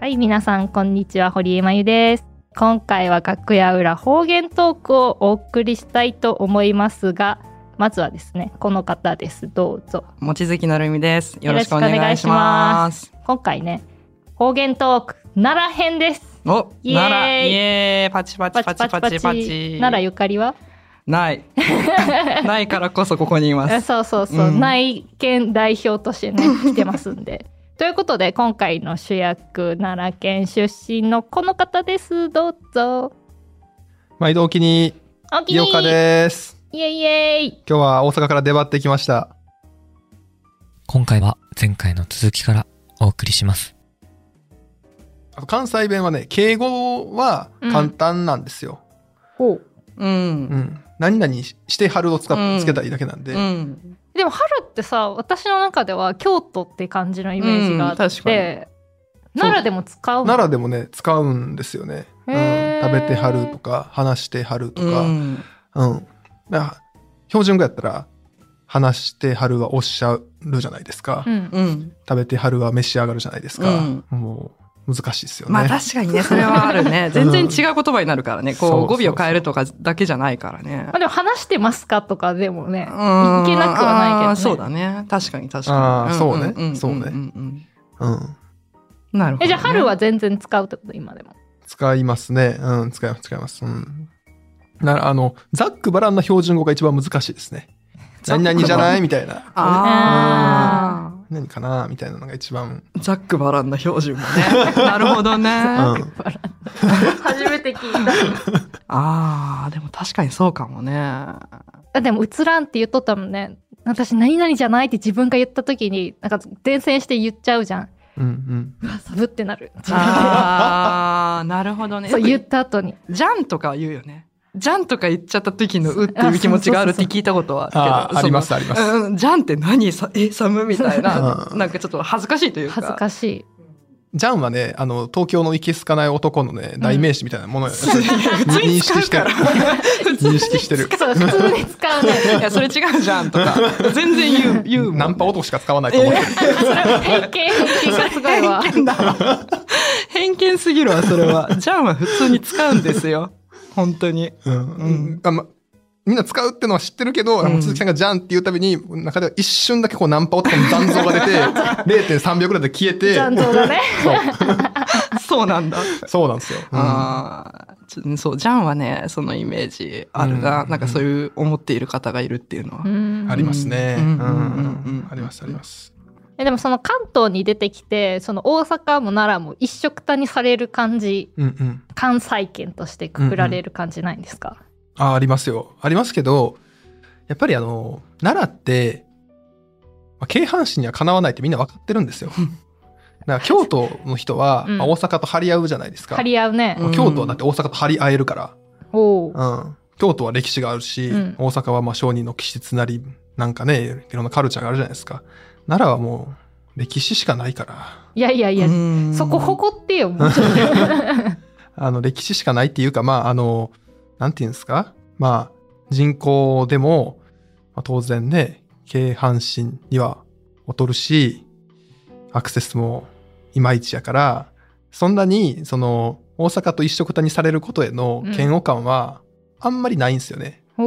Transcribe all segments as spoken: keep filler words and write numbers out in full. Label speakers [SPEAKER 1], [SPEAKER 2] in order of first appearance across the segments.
[SPEAKER 1] はい、皆さんこんにちは、堀江真由です。今回は楽屋裏方言トークをお送りしたいと思いますが、まずはですね、この方です。どうぞ。
[SPEAKER 2] 望月成美です。よろしくお願いします。
[SPEAKER 1] 今回ね、方言トーク奈良編です。
[SPEAKER 2] お、奈良、イエーイ、パチパチパチパチパチ。
[SPEAKER 1] 奈良ゆかりは
[SPEAKER 2] ないないからこそここにいます。
[SPEAKER 1] そうそうそう、うん、内県代表としてね来てますんでということで今回の主役、奈良県出身のこの方です。どうぞ。
[SPEAKER 3] 毎度おきに井岡です。
[SPEAKER 1] イエイイエイ。
[SPEAKER 3] 今日は大阪から出張ってきました。
[SPEAKER 4] 今回は前回の続きからお送りします。
[SPEAKER 3] あと関西弁はね、敬語は簡単なんですよ。
[SPEAKER 1] ほう、
[SPEAKER 2] うん、うん、
[SPEAKER 3] 何々して春を使ってつけたらいいだけなんで、うんうん、
[SPEAKER 1] でも春ってさ、私の中では京都って感じのイメージがあって、うん、確かに奈良でも使うの？
[SPEAKER 3] 奈良でもね使うんですよね、うん、食べて春とか話して春とか、うんうん、だから標準語やったら話して春はおっしゃるじゃないですか、うん、食べて春は召し上がるじゃないですか、うん、もう難しいですよね。
[SPEAKER 2] まあ確かにね、それはあるね。全然違う言葉になるからね。こう語尾を変えるとかだけじゃないからね。
[SPEAKER 1] まあでも話してますかとかでもね、いけなくはないけどね。
[SPEAKER 2] そうだね。確かに確かに。
[SPEAKER 3] ああ、そうね、うん、そうね。うん。
[SPEAKER 2] なるほど、ね。
[SPEAKER 1] え、じゃあ春は全然使うってこと？今でも。
[SPEAKER 3] 使いますね。うん、使います使います。うん。なあのざっくばらんな標準語が一番難しいですね。何々じゃないみたいな。ああ。何かなみたいなのが一番
[SPEAKER 2] ざっくばらんな標準もねなるほどね、うん、
[SPEAKER 1] 初めて聞いた
[SPEAKER 2] あーでも確かにそうかもね。
[SPEAKER 1] でも映らんって言っとったもんね。私何々じゃないって自分が言った時になんか伝染して言っちゃうじゃん。うんうん、うわサブってなる。
[SPEAKER 2] あーなるほどね。
[SPEAKER 1] そう言った後に
[SPEAKER 2] じゃんとか言うよね。じゃんとか言っちゃった時のうっていう気持ちがあるって聞いたことはあるけど、
[SPEAKER 3] あ, ありますあります、
[SPEAKER 2] うん、じゃんって何さえ寒みたいななんかちょっと恥ずかしいというか。
[SPEAKER 1] 恥ずかしい。
[SPEAKER 3] じゃんはね、あの東京のいけすかない男のね代名詞みたいなものや、うん、認識してる認識してる。
[SPEAKER 1] そう普通に使うね。
[SPEAKER 2] いやそれ違うじゃんとか全然言う言うもん、ね、
[SPEAKER 3] ナンパ男しか使わないと思ってる、
[SPEAKER 1] えー、それは偏見偏見がすごいわ。
[SPEAKER 2] 偏見だわ偏見すぎるわそれは。じゃんは普通に使うんですよ本当に、うんうん
[SPEAKER 3] あま、みんな使うってのは知ってるけど、うん、鈴木さんがじゃんって言うたびに中では一瞬だけこうナンパ男の残像が出て れいてんさんびょうぐらいで消えて
[SPEAKER 1] 残像がね
[SPEAKER 2] そうそうなんだ。
[SPEAKER 3] そうなんですよ、うん、
[SPEAKER 2] あそうじゃんはねそのイメージあるな、うん、なんかそういう思っている方がいるっていうのは、うん、
[SPEAKER 3] ありますね、うんうんうん、ありますあります。
[SPEAKER 1] でもその関東に出てきてその大阪も奈良も一緒くたにされる感じ、うんうん、関西圏としてくくられる感じないんですか？
[SPEAKER 3] うんうん、あ, ありますよありますけどやっぱりあの奈良って、まあ、京阪神にはかなわないってみんな分かってるんですよ。だから京都の人は、うんまあ、大阪と張り合うじゃないですか。
[SPEAKER 1] 張り合うね、
[SPEAKER 3] まあ、京都はだって大阪と張り合えるから、うんうん、京都は歴史があるし、うん、大阪はまあ商人の気質なりなんかねいろんなカルチャーがあるじゃないですか。奈良はもう歴史しかないから。
[SPEAKER 1] いやいやいやそこ誇ってよもうちょっと
[SPEAKER 3] あの歴史しかないっていうかまああのなんていうんですかまあ人口でも、まあ、当然ね京阪神には劣るしアクセスもいまいちやからそんなにその大阪と一緒くたにされることへの嫌悪感はあんまりないんですよね、うん、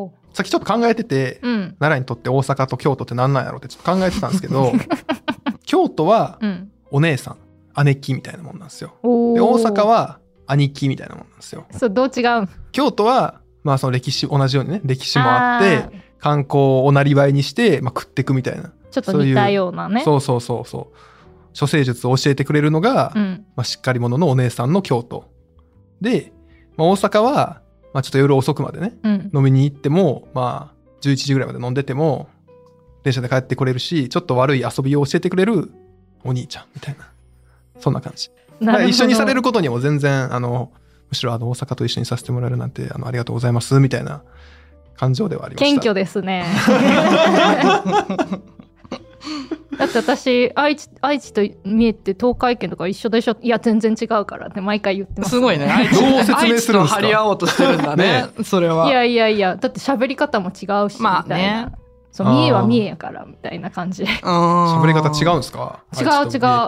[SPEAKER 3] さっきちょっと考えてて、うん、奈良にとって大阪と京都って何なんやろうってちょっと考えてたんですけど京都はお姉さん、姉貴みたいなもんなんですよ。で大阪は兄貴みたいなもんなんですよ。
[SPEAKER 1] そうどう違う？
[SPEAKER 3] 京都はまあその歴史同じようにね歴史もあって観光をおなりわいにして、まあ、食っていくみたいな
[SPEAKER 1] ちょっと似たようなね。
[SPEAKER 3] そうそうそうそう処世術を教えてくれるのが、うんまあ、しっかり者のお姉さんの京都で、まあ、大阪は、まあ、ちょっと夜遅くまでね、うん、飲みに行ってもまあじゅういちじぐらいまで飲んでても電車で帰ってこれるしちょっと悪い遊びを教えてくれるお兄ちゃんみたいなそんな感じ。一緒にされることにも全然あのむしろあの大阪と一緒にさせてもらえるなんてあのありがとうございますみたいな感情ではありました。
[SPEAKER 1] 謙虚ですねだって私愛知、愛知と三重って東海圏とか一緒でしょ。いや全然違うからって毎回言ってます、ね、
[SPEAKER 2] すごいね。愛知
[SPEAKER 3] どう説明するんですか？愛知と
[SPEAKER 2] 張り合おうとしてるんだねそれは。
[SPEAKER 1] いやいやいやだって喋り方も違うし、まあね、みたいな。そう三重は三重やからみたいな感じ。
[SPEAKER 3] 喋り方違うんですか？
[SPEAKER 1] 違う違う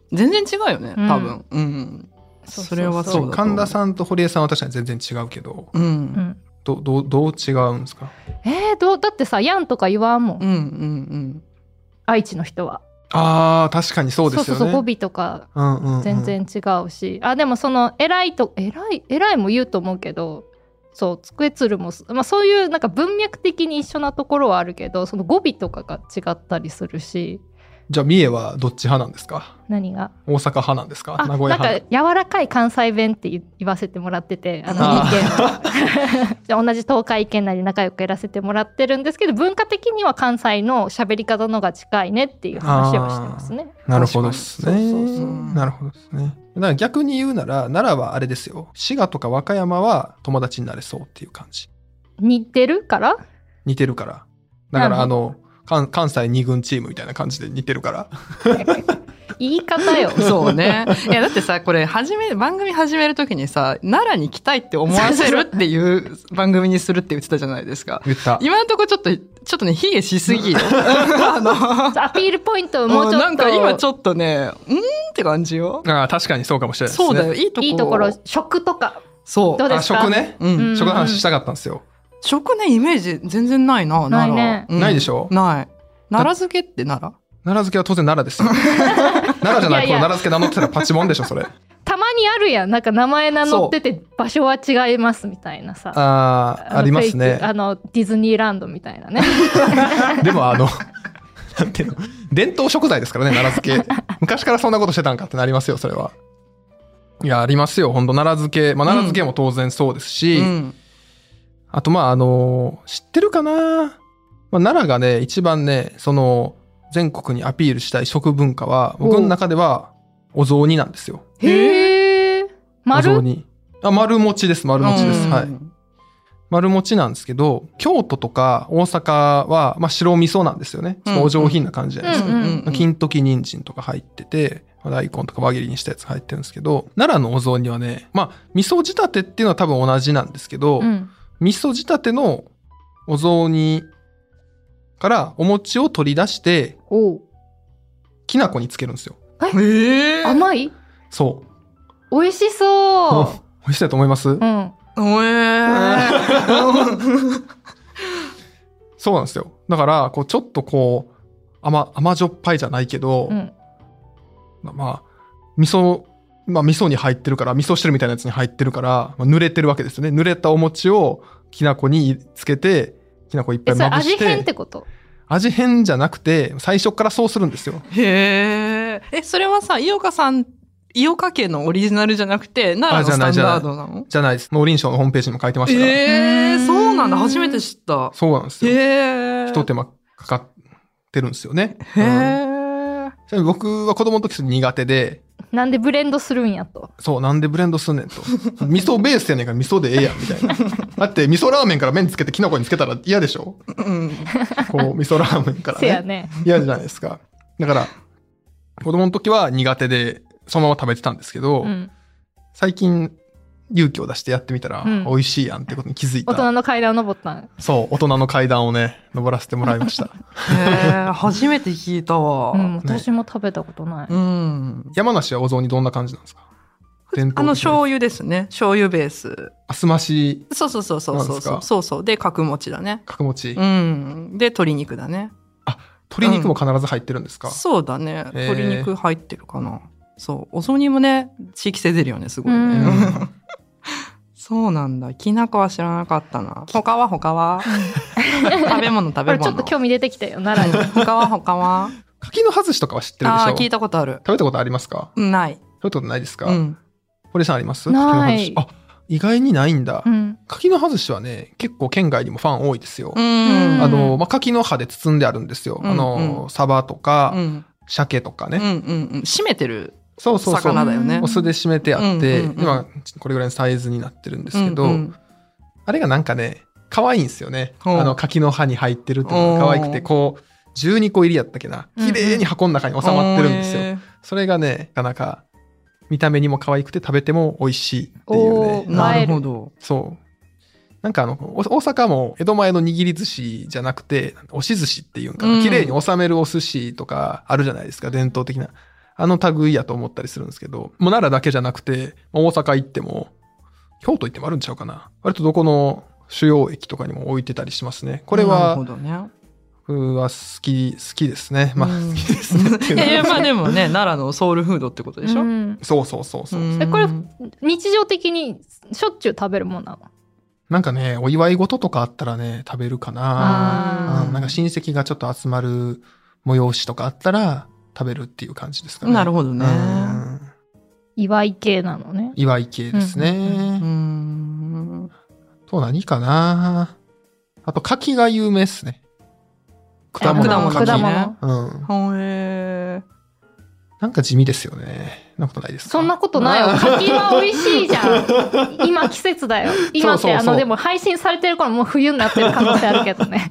[SPEAKER 2] 全然違うよね、
[SPEAKER 1] うん
[SPEAKER 2] 多分。うん。
[SPEAKER 1] そうそうそう
[SPEAKER 2] それはそうだと思う。
[SPEAKER 3] 神田さんと堀江さんは確かに全然違うけど、
[SPEAKER 2] うん。う。
[SPEAKER 1] うんん、
[SPEAKER 3] どどうどう違うんですか？
[SPEAKER 1] えー、どうだってさやんとか言わんもん、
[SPEAKER 2] うん。うん。
[SPEAKER 1] 愛知の人は。
[SPEAKER 3] あー確かにそうですよね。
[SPEAKER 1] そうそうそう語尾とか
[SPEAKER 3] うんうんうん、
[SPEAKER 1] 全然違うし、あでもその偉いと偉い偉いも言うと思うけど、そう机鶴も、まあ、そういうなんか文脈的に一緒なところはあるけど、その語尾とかが違ったりするし。
[SPEAKER 3] じゃあ三重はどっち派なんですか？
[SPEAKER 1] 何が？
[SPEAKER 3] 大阪派なんですか？
[SPEAKER 1] あ
[SPEAKER 3] 名古屋派？
[SPEAKER 1] なんか柔らかい関西弁って言言わせてもらってて、あの
[SPEAKER 3] あ
[SPEAKER 1] 人間じゃあ同じ東海圏内で仲良くやらせてもらってるんですけど、文化的には関西の喋り方の方が近いねっていう話はしてますね。
[SPEAKER 3] なるほどですね。
[SPEAKER 1] 確かにそうそうそう
[SPEAKER 3] なるほどですね。だから逆に言うなら奈良はあれですよ。滋賀とか和歌山は友達になれそうっていう感じ。
[SPEAKER 1] 似てるから
[SPEAKER 3] 似てるから。だから
[SPEAKER 1] なる
[SPEAKER 3] あの関関西に軍チームみたいな感じで似てるから。
[SPEAKER 1] 言い方よ。
[SPEAKER 2] そうね。いやだってさこれ始め番組始めるときにさ奈良に来たいって思わせるっていう番組にするって言ってたじゃないですか。
[SPEAKER 3] 言った。
[SPEAKER 2] 今のところちょっとちょっとね卑下しすぎよ。あの
[SPEAKER 1] アピールポイントをもうちょっと。
[SPEAKER 2] なんか今ちょっとねうーんって感じよ。
[SPEAKER 3] ああ確かにそうかもしれないですね。
[SPEAKER 2] そうだよ。いいとこ
[SPEAKER 1] いいところ食とか
[SPEAKER 2] そう
[SPEAKER 1] どうですか？
[SPEAKER 3] あ食ね。
[SPEAKER 2] うん
[SPEAKER 1] うん
[SPEAKER 3] 食の話したかったんですよ。
[SPEAKER 2] 食ねイメージ全然ないな。
[SPEAKER 1] ないね
[SPEAKER 2] 奈良うん
[SPEAKER 3] ないでしょ？
[SPEAKER 2] ない。奈良漬けって奈良？
[SPEAKER 3] 奈良漬けは当然奈良ですよ。奈良じゃない
[SPEAKER 1] いやいや
[SPEAKER 3] と奈良漬け名乗ってたらパチモンでしょそれ。
[SPEAKER 1] たまにあるやん、なんか名前名乗ってて場所は違いますみたいなさ。
[SPEAKER 3] ああ
[SPEAKER 1] の
[SPEAKER 3] ありますね
[SPEAKER 1] フェイク。あのディズニーランドみたいなね。
[SPEAKER 3] でもあのなんていうの伝統食材ですからね奈良漬け。昔からそんなことしてたんかってなりますよそれは。いやありますよ本当奈良漬け。まあ奈良漬けも当然そうですし、
[SPEAKER 2] うん
[SPEAKER 3] あとまああの知ってるかな、まあ、奈良がね一番ねその全国にアピールしたい食文化は僕の中ではお雑煮なんですよ。
[SPEAKER 1] へえ。
[SPEAKER 3] お
[SPEAKER 1] 丸
[SPEAKER 3] 雑煮。あ丸餅です丸餅です。
[SPEAKER 2] うん
[SPEAKER 3] はい。丸餅なんですけど京都とか大阪は、まあ、白味噌なんですよね。
[SPEAKER 2] うん
[SPEAKER 3] お上品な感じじゃないですか。
[SPEAKER 1] うんうん
[SPEAKER 3] まあ金時人参とか入ってて、まあ大根とか輪切りにしたやつ入ってるんですけど、奈良のお雑煮はね、まあ味噌仕立てっていうのは多分同じなんですけど、
[SPEAKER 1] うん
[SPEAKER 3] 味噌仕立てのお雑煮からお餅を取り出して
[SPEAKER 1] おう
[SPEAKER 3] きな粉につけるんですよ。
[SPEAKER 2] へえ。
[SPEAKER 1] 甘い
[SPEAKER 3] そう。
[SPEAKER 1] 美味しそ
[SPEAKER 3] 美味しいと思います？
[SPEAKER 1] う。うん。
[SPEAKER 2] おえー。
[SPEAKER 3] そうなんですよ。だからこうちょっとこう甘甘じょっぱいじゃないけど、
[SPEAKER 1] うん
[SPEAKER 3] まあまあ味噌まあ味噌に入ってるから味噌汁みたいなやつに入ってるから、まあ、濡れてるわけですよね。濡れたお餅をきな粉につけてきな粉いっぱ
[SPEAKER 1] えそれ
[SPEAKER 3] いまぶして。
[SPEAKER 1] 味変ってこと？
[SPEAKER 3] 味変じゃなくて最初からそうするんですよ。
[SPEAKER 2] へえ。え、それはさ、井岡さん、井岡家のオリジナルじゃなくて、奈良のスタンダードなの？
[SPEAKER 3] じゃないです。農林省のホームページにも書いてましたから。
[SPEAKER 2] ええ、そうなんだ。初めて知った。
[SPEAKER 3] そうなんですよ。
[SPEAKER 2] へえ。
[SPEAKER 3] ひと手間かかってるんですよね。
[SPEAKER 2] へ
[SPEAKER 3] うん
[SPEAKER 2] え。
[SPEAKER 3] ちなみに僕は子供の時苦手で、
[SPEAKER 1] なんでブレンドするんやと。
[SPEAKER 3] そう、なんでブレンドすんねんと。味噌ベースやねんから味噌でええやん、みたいな。だって味噌ラーメンから麺つけてきな粉につけたら嫌でしょ？
[SPEAKER 2] うん。
[SPEAKER 3] こう、味噌ラーメンからね。
[SPEAKER 1] せやね。
[SPEAKER 3] 嫌じゃないですか。だから、子供の時は苦手で、そのまま食べてたんですけど、
[SPEAKER 1] うん。
[SPEAKER 3] 最近、勇気を出してやってみたら、
[SPEAKER 1] うん
[SPEAKER 3] 美味しいやんってことに気づい
[SPEAKER 1] 大
[SPEAKER 3] た。
[SPEAKER 1] 人の階段登ったん。
[SPEAKER 3] そう、大人の階段をね、登らせてもらいました。
[SPEAKER 2] へえ、初めて聞いたわ。
[SPEAKER 1] うん、私も食べたことない。
[SPEAKER 2] うん。
[SPEAKER 3] 山梨はお雑煮どんな感じなんですか？伝統的な
[SPEAKER 2] あの醤油ですね。醤油ベース。
[SPEAKER 3] あすまし、
[SPEAKER 2] そうそうそうそうそうそう。
[SPEAKER 3] なんですか
[SPEAKER 2] そうそう。で、角餅だね。
[SPEAKER 3] 角餅、
[SPEAKER 2] うん。で、鶏肉だね。
[SPEAKER 3] 鶏肉も必ず入ってるんですか？
[SPEAKER 2] そうだね。
[SPEAKER 3] へー
[SPEAKER 2] 鶏肉入ってるかな。そう。お雑煮もね、地域性出るよね、すごいね。
[SPEAKER 1] うん
[SPEAKER 2] そうなんだ。きな粉は知らなかったな。他は他は食べ物食べ物。
[SPEAKER 1] これちょっと興味出てきたよ、奈良に。
[SPEAKER 2] 他は他は
[SPEAKER 3] 柿の外しとかは知ってるでしょ？
[SPEAKER 2] ああ、聞いたことある。
[SPEAKER 3] 食べたことありますか？
[SPEAKER 2] ない。
[SPEAKER 3] 食べたことないですか？
[SPEAKER 2] うん。
[SPEAKER 3] 堀さんあります？
[SPEAKER 1] ない
[SPEAKER 3] 柿の外し。あ、意外にないんだ。
[SPEAKER 1] うん。
[SPEAKER 3] 柿の外しはね、結構県外にもファン多いですよ。
[SPEAKER 2] うん。
[SPEAKER 3] あの、まあ、柿の葉で包んであるんですよ。
[SPEAKER 2] うん
[SPEAKER 3] あの、
[SPEAKER 2] うん
[SPEAKER 3] サバとか、
[SPEAKER 2] うん。
[SPEAKER 3] 鮭とかね。
[SPEAKER 2] うんうんうん。締めてる
[SPEAKER 3] そうそうそう。
[SPEAKER 2] 魚だよね。
[SPEAKER 3] お酢で締めてあって、
[SPEAKER 2] うんうんうん
[SPEAKER 3] 今、これぐらいのサイズになってるんですけど、
[SPEAKER 2] うんうん
[SPEAKER 3] あれがなんかね、可愛いんですよね。あ
[SPEAKER 2] ほう
[SPEAKER 3] の、柿の葉に入ってるっていうのが可愛くて、
[SPEAKER 2] おー
[SPEAKER 3] こう、じゅうにこ入りやったっけな。綺麗に箱の中に収まってるんですよ。
[SPEAKER 2] へ
[SPEAKER 3] それがね、なかなか、見た目にも可愛くて食べても美味しいっていうね
[SPEAKER 1] お。
[SPEAKER 2] ーなるほど。
[SPEAKER 3] そう。なんかあの、お大阪も江戸前の握り寿司じゃなくて、押し寿司っていうんかな。
[SPEAKER 2] うん
[SPEAKER 3] 綺麗に収めるお寿司とかあるじゃないですか、伝統的な。 あの類やと思ったりするんですけど、もう奈良だけじゃなくて、大阪行っても、京都行ってもあるんちゃうかな。割とどこの主要駅とかにも置いてたりしますね。これは、
[SPEAKER 2] なるほどね。
[SPEAKER 3] 僕は好き、好きですね。まあ、
[SPEAKER 2] うん
[SPEAKER 3] 好きですねっていうのは。
[SPEAKER 2] いやまあでもね、奈良のソウルフードってことでしょ。
[SPEAKER 1] うん
[SPEAKER 3] そうそうそうそう。
[SPEAKER 2] うん
[SPEAKER 1] えこれ日常的にしょっちゅう食べるもんなの？
[SPEAKER 3] なんかね、お祝い事とかあったらね、食べるかな。
[SPEAKER 1] あー
[SPEAKER 3] うんなんか親戚がちょっと集まる催しとかあったら食べるっていう感じですかね。
[SPEAKER 2] なるほどね
[SPEAKER 3] うん
[SPEAKER 1] 祝い系なのね。
[SPEAKER 3] 祝い系ですね。
[SPEAKER 1] うんうん
[SPEAKER 2] うーん。
[SPEAKER 3] と何かな。あと柿が有名ですね。果物
[SPEAKER 2] あ
[SPEAKER 3] の柿。
[SPEAKER 1] 果
[SPEAKER 2] ね
[SPEAKER 1] 物。
[SPEAKER 3] うん。
[SPEAKER 2] ほえ
[SPEAKER 3] なんか地味ですよね。そんなことないですか？
[SPEAKER 1] そんなことないよ。柿は美味しいじゃん。今季節だよ。今って
[SPEAKER 3] そうそうそう
[SPEAKER 1] あのでも配信されてる頃もう冬になってる可能性あるけどね。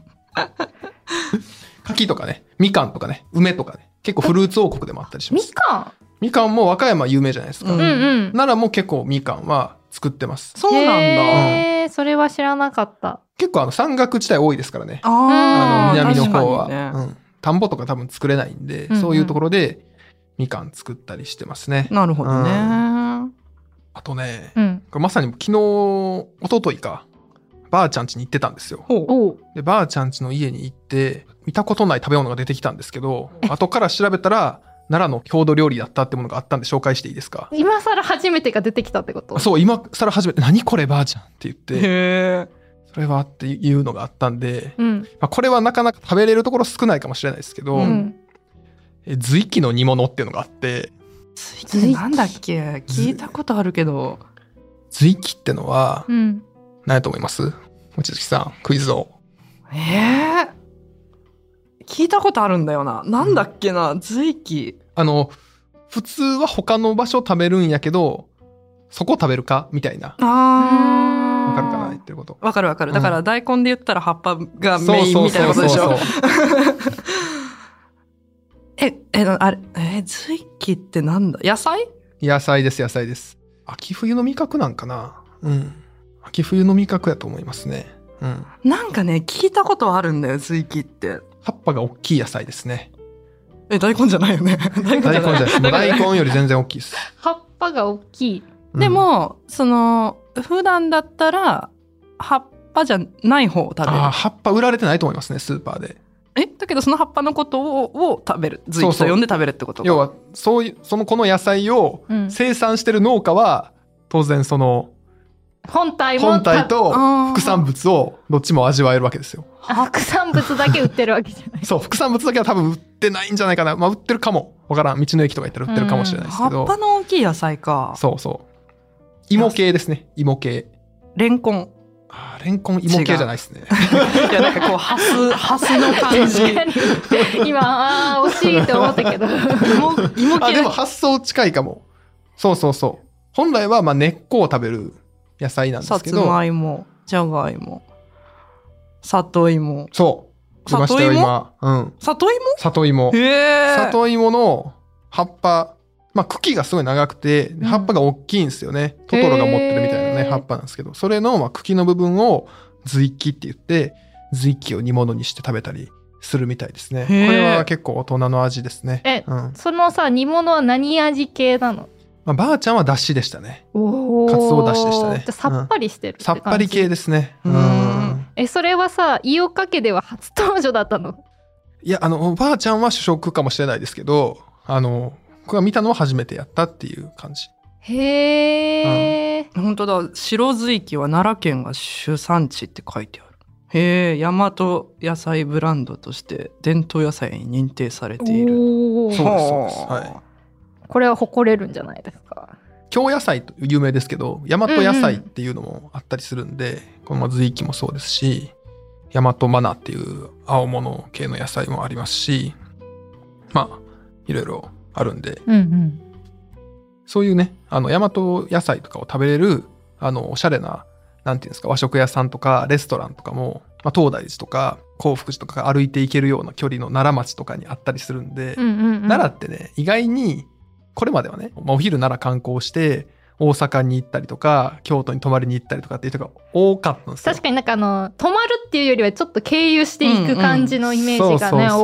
[SPEAKER 3] 柿とかね、みかんとかね、梅とかね、結構フルーツ王国でもあったりしま
[SPEAKER 1] み
[SPEAKER 3] す。
[SPEAKER 1] か
[SPEAKER 3] みかんも和歌山有名じゃないですか。
[SPEAKER 2] うん
[SPEAKER 1] ん。うんうん。
[SPEAKER 3] 奈良も結構みかんは作ってます。
[SPEAKER 2] そうなんだ。
[SPEAKER 1] へーそれは知らなかった。
[SPEAKER 3] 結構あの山岳地帯多いですからね。
[SPEAKER 2] あ
[SPEAKER 3] あの
[SPEAKER 2] ー
[SPEAKER 3] 南の方は、
[SPEAKER 2] 確かにね
[SPEAKER 3] うん、田んぼとか多分作れないんで、
[SPEAKER 1] うんうん
[SPEAKER 3] そういうところでみかん作ったりしてますね。
[SPEAKER 2] なるほどね。
[SPEAKER 3] あとね、
[SPEAKER 1] うん。
[SPEAKER 3] これまさに昨日一昨日かばあちゃん家に行ってたんですよ。
[SPEAKER 2] ほう。
[SPEAKER 1] おう。
[SPEAKER 3] でばあちゃん家の家に行って見たことない食べ物が出てきたんですけど、後から調べたら奈良の郷土料理だったってものがあったんで紹介していいですか？
[SPEAKER 1] 今更初めてが出てきたってこと？
[SPEAKER 3] そう、今更初めて何こればあちゃんって言って、
[SPEAKER 2] へえ。
[SPEAKER 3] それはっていうのがあったんで、
[SPEAKER 1] うん。
[SPEAKER 3] まあ、これはなかなか食べれるところ少ないかもしれないですけど、
[SPEAKER 1] う
[SPEAKER 2] うん
[SPEAKER 1] ん。
[SPEAKER 3] え随記の煮物っていうのがあって、
[SPEAKER 2] ついなんだっけ聞いたことあるけど。
[SPEAKER 3] 随記ってのは
[SPEAKER 1] うん。
[SPEAKER 3] 何やと思います？望月さん、クイズを。
[SPEAKER 2] ええ聞いたことあるんだよな。なんだっけな、随記。
[SPEAKER 3] あの普通は他の場所食べるんやけどそこ食べるかみたいな。
[SPEAKER 2] あ
[SPEAKER 1] あ
[SPEAKER 3] わかるかな言ってること。
[SPEAKER 2] わかるわかる。
[SPEAKER 3] うん
[SPEAKER 2] だから大根で言ったら葉っぱがメインみたいなことでしょ。
[SPEAKER 3] そうそうそうそう
[SPEAKER 2] え、え、なあれ、え、随記ってなんだ野菜？
[SPEAKER 3] 野菜です野菜です。秋冬の味覚なんかな。うん。秋冬の味覚やと思いますね。うん。
[SPEAKER 2] なんかね、聞いたことあるんだよ、随記って。
[SPEAKER 3] 葉っぱが大きい野菜ですね。
[SPEAKER 2] え、大根じゃないよね。大根じゃない。
[SPEAKER 3] 大根じゃないです。もう大根より全然大きいです。
[SPEAKER 1] 葉っぱが大きい。
[SPEAKER 3] うん
[SPEAKER 2] でも、その、普段だったら、葉っぱじゃない方を食べる。
[SPEAKER 3] あー葉っぱ売られてないと思いますねスーパーで。
[SPEAKER 2] え、だけどその葉っぱのことをを食べる。随記と呼んで食べるってことか。
[SPEAKER 3] 要はそういうそのこの野菜を
[SPEAKER 1] うん。
[SPEAKER 3] 生産してる農家は当然その
[SPEAKER 1] 本体も
[SPEAKER 3] 本体と
[SPEAKER 2] あー
[SPEAKER 3] 副産物をどっちも味わえるわけですよ。
[SPEAKER 1] あ副産物だけ売ってるわけじゃない。
[SPEAKER 3] そう副産物だけは多分売ってないんじゃないかな。まあ売ってるかもわからん。道の駅とか行ったら売ってるかもしれないですけど。
[SPEAKER 2] 葉っぱの大きい野菜か。
[SPEAKER 3] そうそう芋系ですね。芋系。
[SPEAKER 2] レンコン。
[SPEAKER 3] あーレンコン芋系じゃないですね。
[SPEAKER 2] いや、なんかこう、ハス、ハスの感じ。
[SPEAKER 1] 確かに今あー惜しいって思ったけど。
[SPEAKER 2] 芋、芋系
[SPEAKER 3] あでも発想近いかも。そうそうそう。本来はまあ根っこを食べる野菜なんで
[SPEAKER 2] さつ
[SPEAKER 3] すけど。
[SPEAKER 2] まいも、じゃがいも、里芋。
[SPEAKER 3] そう。出ましたよ
[SPEAKER 2] 里芋
[SPEAKER 3] 今。うん。
[SPEAKER 2] 里芋
[SPEAKER 3] 里芋。
[SPEAKER 2] へえ。
[SPEAKER 3] 里芋の葉っぱ、まあ茎がすごい長くて、
[SPEAKER 1] ん
[SPEAKER 3] 葉っぱが大きいんですよね。トトロが持ってるみたいなね、
[SPEAKER 1] へー
[SPEAKER 3] 葉っぱなんですけど、それのまあ茎の部分を随記って言って、随記を煮物にして食べたりするみたいですね。こ
[SPEAKER 2] へー
[SPEAKER 3] れは結構大人の味ですね。
[SPEAKER 1] え
[SPEAKER 3] うん。
[SPEAKER 1] そのさ煮物は何味系なの？
[SPEAKER 3] まあ、ばあちゃんはだしでしたね。
[SPEAKER 1] お
[SPEAKER 3] かつおだしでしたね
[SPEAKER 1] じゃあさっぱりしてるって
[SPEAKER 3] さ
[SPEAKER 1] 感じ、
[SPEAKER 3] っぱり系ですね。
[SPEAKER 2] う
[SPEAKER 3] うんん。
[SPEAKER 1] えそれはさ井岡家では初登場だったの？
[SPEAKER 3] いや、あの、おばあちゃんは主食かもしれないですけど、あの、僕が見たのは初めてやったっていう感じ。
[SPEAKER 1] へえ、
[SPEAKER 2] 本当だ。白随記は奈良県が主産地って書いてある。へえ、大和野菜ブランドとして伝統野菜に認定されている。
[SPEAKER 1] おー
[SPEAKER 3] そうですそうです
[SPEAKER 2] はあ
[SPEAKER 3] はい
[SPEAKER 1] これは誇れるんじゃないですか？
[SPEAKER 3] 京野菜と有名ですけど、大和野菜っていうのもあったりするんで、この随記もそうですし、大和マナっていう青物系の野菜もありますし、まあ、いろいろあるんで、
[SPEAKER 1] うんうん
[SPEAKER 3] そういうね、あの、大和野菜とかを食べれる、あの、おしゃれな、なんていうんですか、和食屋さんとか、レストランとかも、まあ、東大寺とか、興福寺とか歩いて行けるような距離の奈良町とかにあったりするんで、
[SPEAKER 1] うんうんうん、
[SPEAKER 3] 奈良ってね、意外に、これまではね、まあ、お昼奈良観光して、大阪に行ったりとか、京都に泊まりに行ったりとかっていう人が多かったんですよ。
[SPEAKER 1] 確かになんかあの泊まるっていうよりはちょっと経由していく感じのイメージがね、
[SPEAKER 3] そうそうそう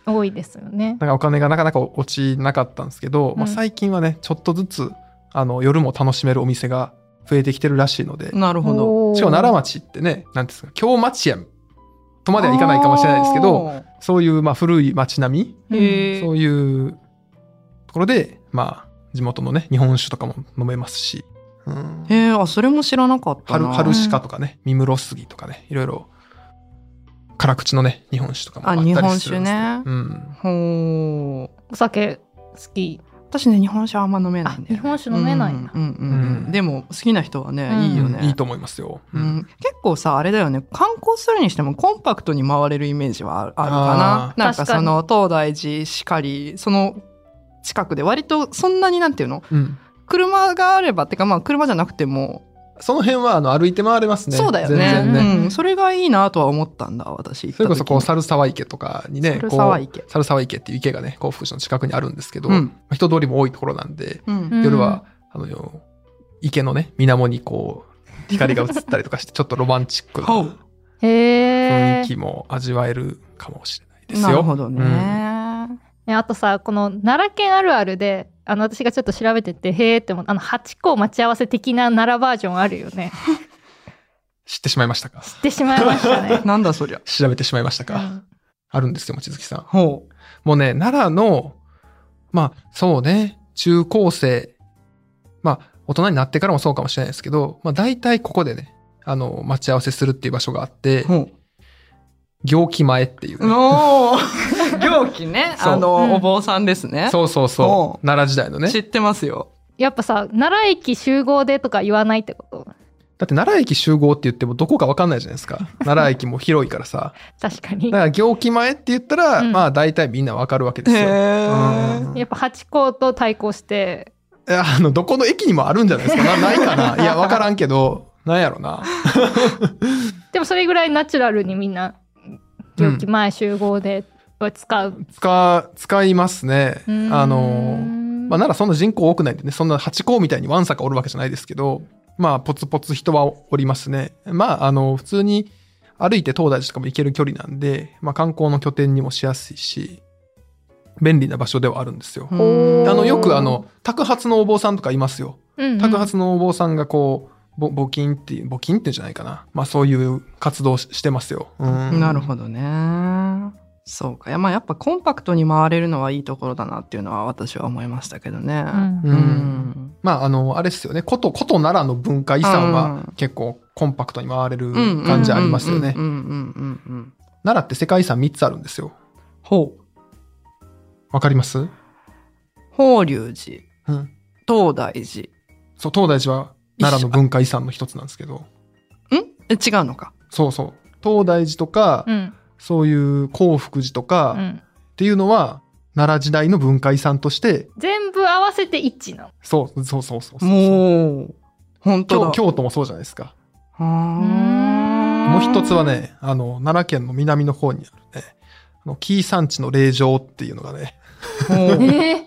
[SPEAKER 1] 多いですよね。
[SPEAKER 3] だからお金がなかなか落ちなかったんですけど、
[SPEAKER 1] うん
[SPEAKER 3] まあ、最近はねちょっとずつあの夜も楽しめるお店が増えてきてるらしいので、
[SPEAKER 2] なるほど。
[SPEAKER 1] おー
[SPEAKER 3] しかも奈良町ってねなんていうんですか京町屋とまではいかないかもしれないですけど、そういうまあ古い町並み、
[SPEAKER 2] へえ。
[SPEAKER 3] そういうところでまあ地元のね日本酒とかも飲めますし、うん
[SPEAKER 2] へえ、あ、それも知らなかったな。
[SPEAKER 3] 春春鹿とかね三室杉とかねいろいろ辛口のね日本酒とかもあったりするんですけど、
[SPEAKER 2] あ日本酒ね
[SPEAKER 3] うん、
[SPEAKER 2] ほう。
[SPEAKER 1] お酒好き。
[SPEAKER 2] 私ね日本酒あんま飲めないんだよね。
[SPEAKER 1] あ日本酒飲めないんだ
[SPEAKER 2] うんうんうんうん。でも好きな人はね、
[SPEAKER 1] うん
[SPEAKER 2] いいよね。
[SPEAKER 3] いいと思いますよ、
[SPEAKER 2] う
[SPEAKER 3] うん
[SPEAKER 2] ん、結構さあれだよね観光するにしてもコンパクトに回れるイメージはあるあるか
[SPEAKER 3] あ
[SPEAKER 2] な。
[SPEAKER 1] ー
[SPEAKER 2] なんか
[SPEAKER 1] 確かに
[SPEAKER 2] その東大寺しかりその近くで割とそんなになんていうの
[SPEAKER 3] うん
[SPEAKER 2] 車があればってかまあ車じゃなくても、
[SPEAKER 3] その辺はあの歩いて回れますね。
[SPEAKER 2] そうだよね
[SPEAKER 3] 全然ね。
[SPEAKER 2] うん、それがいいなとは思ったんだ私行った時に。
[SPEAKER 3] それこそこう猿沢池とかにね、
[SPEAKER 2] 猿
[SPEAKER 3] こう
[SPEAKER 2] 沢池
[SPEAKER 3] 猿沢池っていう池がね、甲府市の近くにあるんですけど、
[SPEAKER 2] うん
[SPEAKER 3] まあ人通りも多いところなんで、
[SPEAKER 2] うん
[SPEAKER 1] うん
[SPEAKER 3] 夜はあの池のね水面にこう光が映ったりとかしてちょっとロマンチックな
[SPEAKER 2] ほう
[SPEAKER 1] へえ。
[SPEAKER 3] 雰囲気も味わえるかもしれないですよ。
[SPEAKER 2] なるほどね、
[SPEAKER 3] うん
[SPEAKER 1] ねあとさこの奈良県あるあるであの私がちょっと調べててへーって思うあのハチ公待ち合わせ的な奈良バージョンあるよね。
[SPEAKER 3] 知ってしまいましたか？
[SPEAKER 1] 知ってしまいましたね。
[SPEAKER 2] なんだそりゃ。
[SPEAKER 3] 調べてしまいましたか？
[SPEAKER 1] うん
[SPEAKER 3] あるんですよ、望月さん。
[SPEAKER 2] ほ
[SPEAKER 3] もうね、奈良の、まあそうね、中高生、まあ大人になってからもそうかもしれないですけど、まあ大体ここでね、あの、待ち合わせするっていう場所があって
[SPEAKER 2] う、ほ
[SPEAKER 3] 行基前っていう
[SPEAKER 2] う。
[SPEAKER 3] ね、
[SPEAKER 2] おー行基ね
[SPEAKER 3] そう
[SPEAKER 2] あの、
[SPEAKER 1] うん
[SPEAKER 2] お坊さんですね。
[SPEAKER 3] そうそうそ
[SPEAKER 2] お
[SPEAKER 3] う、奈良時代のね。
[SPEAKER 2] 知ってますよ。
[SPEAKER 1] やっぱさ奈良駅集合でとか言わないってこと？
[SPEAKER 3] だって奈良駅集合って言ってもどこか分かんないじゃないですか。奈良駅も広いからさ。
[SPEAKER 1] 確かに
[SPEAKER 3] だから行基前って言ったら、
[SPEAKER 1] うん
[SPEAKER 3] まあ大体みんな分かるわけですよ。
[SPEAKER 2] へー
[SPEAKER 3] うん
[SPEAKER 1] やっぱハチ公と対抗して
[SPEAKER 3] いやあの、どこの駅にもあるんじゃないですか。なないかな。いや、分からんけど、なんやろな。
[SPEAKER 1] でもそれぐらいナチュラルにみんな行基前集合では使う、
[SPEAKER 3] 使、使いますね。
[SPEAKER 1] うーん
[SPEAKER 3] あの、まあ、奈良そんな人口多くないんでね、そんなハチ公みたいにわんさかおるわけじゃないですけど、まあ、ポツポツ人はおりますね。まあ、あの、普通に歩いて東大寺とかも行ける距離なんで、まあ、観光の拠点にもしやすいし、便利な場所ではあるんですよ。
[SPEAKER 2] う
[SPEAKER 1] おー
[SPEAKER 2] ん
[SPEAKER 3] あの、よくあの、托発のお坊さんとかいますよ。
[SPEAKER 1] うんうん
[SPEAKER 3] 托発のお坊さんがこう、ぼ募金っていう、募金っていうんじゃないかな。まあ、そういう活動ししてますよ。うん
[SPEAKER 2] なるほどね。そうか。いや、まあやっぱコンパクトに回れるのはいいところだなっていうのは私は思いましたけどね。
[SPEAKER 1] うん
[SPEAKER 3] う
[SPEAKER 2] うんん。
[SPEAKER 3] まあ、あの、あれですよね。古都、古都奈良の文化遺産
[SPEAKER 2] う
[SPEAKER 3] は
[SPEAKER 2] ん
[SPEAKER 3] 結構コンパクトに回れる
[SPEAKER 2] うん
[SPEAKER 3] 感じありますよね
[SPEAKER 2] うん。うんうんうんうん。
[SPEAKER 3] 奈良って世界遺産みっつあるんですよ。
[SPEAKER 2] ほう。
[SPEAKER 3] わかります？
[SPEAKER 2] 法隆寺、
[SPEAKER 3] うん。
[SPEAKER 2] 東大寺。
[SPEAKER 3] そう、東大寺は奈良の文化遺産の一つなんですけど。
[SPEAKER 2] んえ違うのか。
[SPEAKER 3] そうそう。東大寺とか、
[SPEAKER 1] うん
[SPEAKER 3] そういう興福寺と
[SPEAKER 1] う
[SPEAKER 3] か
[SPEAKER 1] ん
[SPEAKER 3] っていうのは、奈良時代の文化遺産として、
[SPEAKER 1] 全部合わせて一致なの。
[SPEAKER 3] そう、そうそうそうそう。
[SPEAKER 2] もう、本当だ。
[SPEAKER 3] 京京都もそうじゃないですか。
[SPEAKER 2] は
[SPEAKER 3] もう一つはね、あの、奈良県の南の方にあるね、あの、紀伊山地の霊場っていうのがね、
[SPEAKER 2] ー。ほう
[SPEAKER 1] え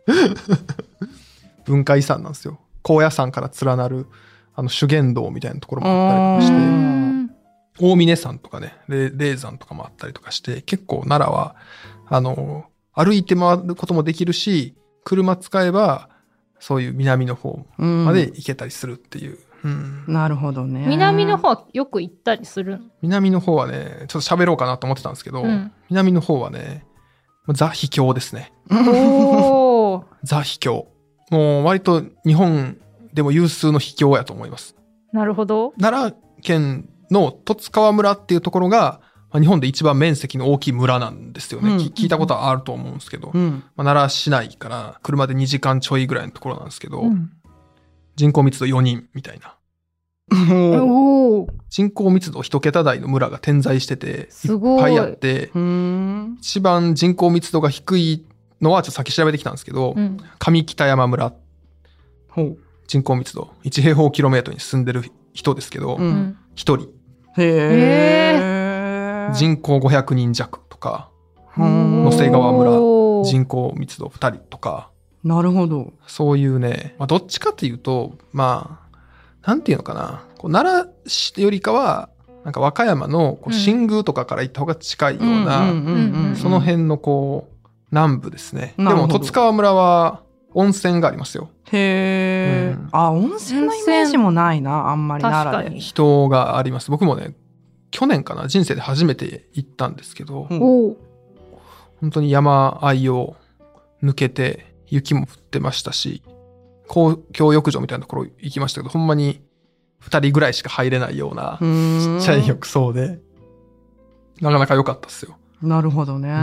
[SPEAKER 3] 文化遺産なんですよ。高野山から連なる、あの、修験道みたいなところもあったりとかして、
[SPEAKER 2] うん
[SPEAKER 3] 大峰山とかね、霊霊山とかもあったりとかして、結構奈良は、あの、歩いて回ることもできるし、車使えば、そういう南の方まで行けたりするっていう。うん
[SPEAKER 2] なるほどね。
[SPEAKER 1] 南の方はよく行ったりするの？
[SPEAKER 3] 南の方はね、ちょっと喋ろうかなと思ってたんですけど、
[SPEAKER 1] うん
[SPEAKER 3] 南の方はね、ザ・秘境ですね。
[SPEAKER 1] おー
[SPEAKER 3] ザ・秘境。もう割と日本でも有数の秘境やと思います。
[SPEAKER 1] なるほど。
[SPEAKER 3] 奈良県の十津川村っていうところが、まあ日本で一番面積の大きい村なんですよね。
[SPEAKER 2] うん
[SPEAKER 3] き聞いたことはあると思うんですけど、
[SPEAKER 2] うん。
[SPEAKER 3] まあ、奈良市内から車でにじかんちょいぐらいのところなんですけど、
[SPEAKER 1] うん
[SPEAKER 3] 人口密度よにんみたいな。
[SPEAKER 2] ほう。
[SPEAKER 1] おー
[SPEAKER 3] 人口密度一桁台の村が点在してて、いっ
[SPEAKER 1] すごい
[SPEAKER 3] ぱいあって、
[SPEAKER 2] うーん。
[SPEAKER 3] 一番人口密度が低いのはちょっとさっき調べてきたんですけど、
[SPEAKER 1] うん
[SPEAKER 3] 上北山村、
[SPEAKER 2] ほう。
[SPEAKER 3] 人口密度いち平方キロメートルに住んでる人ですけど、
[SPEAKER 2] う。
[SPEAKER 1] うんん
[SPEAKER 3] ひとり、
[SPEAKER 2] へえ。
[SPEAKER 3] 人口ごひゃくにん弱とか、
[SPEAKER 2] うん
[SPEAKER 3] 野瀬川村
[SPEAKER 1] おー
[SPEAKER 3] 人口密度ふたりとか、
[SPEAKER 2] なるほど。
[SPEAKER 3] そういうね、まあ、どっちかっていうと、まあ、なんていうのかな、こう奈良市よりかは、 なんか和歌山のこう新宮とかから行った方が近いような、その辺のこう南部ですね。でも十津川村は温泉がありますよ。
[SPEAKER 2] へー、うん、あ、温泉のイメージもないな、あんまり奈良で。
[SPEAKER 3] 人があります。僕もね、去年かな、人生で初めて行ったんですけど、うん、本当に山あいを抜けて雪も降ってましたし、公共浴場みたいなところ行きましたけど、ほんまにふたりぐらいしか入れないようなちっちゃい浴槽で、なかなか良かったっすよ。
[SPEAKER 2] なるほどね、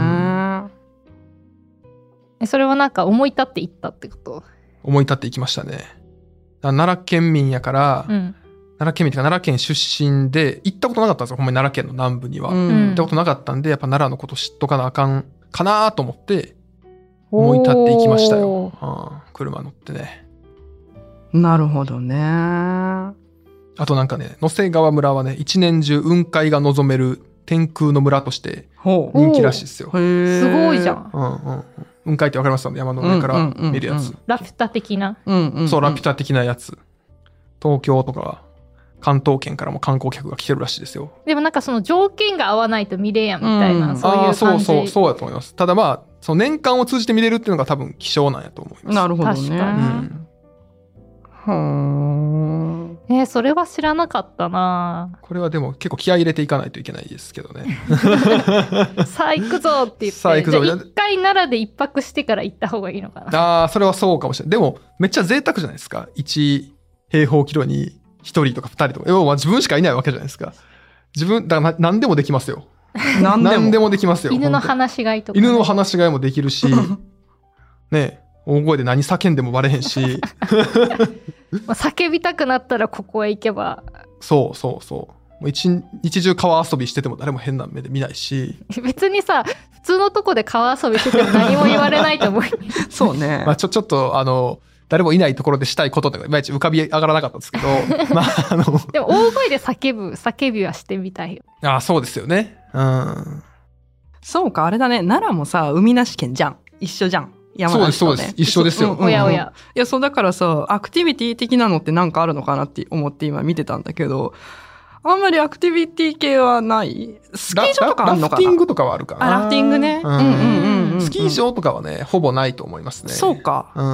[SPEAKER 1] うん、それはなんか思い立って行ったってこと？
[SPEAKER 3] 思い立って行きましたね。奈良県民やから、うん、奈良県民っていうか奈良県出身で行ったことなかったんですよ。ほんまに奈良県の南部には、うん、行ったことなかったんで、やっぱ奈良のこと知っとかなあかんかなと思って思い立って行きましたよ、うん、車乗ってね。
[SPEAKER 2] なるほどね。あ
[SPEAKER 3] となんかね、野瀬川村はね、一年中雲海が望める天空の村として人気らしいですよ。
[SPEAKER 1] すごいじゃん、
[SPEAKER 3] うんうん、雲海ってわかります？山の上から見るやつ、うんうんうんうん、
[SPEAKER 1] ラピュタ的な、
[SPEAKER 3] うんうんうん、そう、ラピュタ的なやつ。東京とか関東圏からも観光客が来てるらしいですよ。
[SPEAKER 1] でもなんかその条件が合わないと見れやんみたいな、うん、そういう感じ。あ、そうそうそうやと思います。ただまあその年間を通じて見れるっていうのが多分希少なんやと思います。
[SPEAKER 2] なるほどね。
[SPEAKER 1] 確かに、うん
[SPEAKER 2] はー、
[SPEAKER 1] えー、それは知らなかったな。
[SPEAKER 3] これはでも結構気合い入れていかないといけないですけどね。
[SPEAKER 1] さあ行くぞって言って、
[SPEAKER 3] さあ行くぞ。
[SPEAKER 1] 一回奈良で一泊してから行った方がいいのかな。
[SPEAKER 3] ああ、それはそうかもしれない。でもめっちゃ贅沢じゃないですか。いち平方キロにひとりとかふたりとか、要は自分しかいないわけじゃないですか。自分だから何でもできますよ。何でも、何でもできますよ。
[SPEAKER 1] 犬の放し飼いとか、ね、
[SPEAKER 3] 犬の放し飼いもできるしね、大声で何叫んでもバレへんし
[SPEAKER 1] 叫びたくなったらここへ行けば、
[SPEAKER 3] そうそうそう、もう一日中川遊びしてても誰も変な目で見ないし
[SPEAKER 1] 別にさ、普通のとこで川遊びしてても何も言われないと思う
[SPEAKER 2] そうね、
[SPEAKER 3] まあ、ちょちょっとあの誰もいないところでしたいこととかいまいち浮かび上がらなかったんですけどまああの
[SPEAKER 1] でも大声で叫ぶ叫びはしてみたいよ。
[SPEAKER 3] ああ、そうですよね。うん、
[SPEAKER 2] そうか、あれだね、奈良もさ海なし県じゃん、一緒じゃん。山梨とね、
[SPEAKER 3] そうですそうです、一緒ですよ。
[SPEAKER 1] うんうん、おやおや。
[SPEAKER 2] いや、そうだからさ、アクティビティ的なのってなんかあるのかなって思って今見てたんだけど、あんまりアクティビティ系はない。スキー場とかあるのかな。ラフティングとかはあるかな。
[SPEAKER 3] あ、
[SPEAKER 2] ラフティングね。うんうんうんうん。
[SPEAKER 3] スキー場とかはね、ほぼないと思いますね。
[SPEAKER 2] そうか。うん、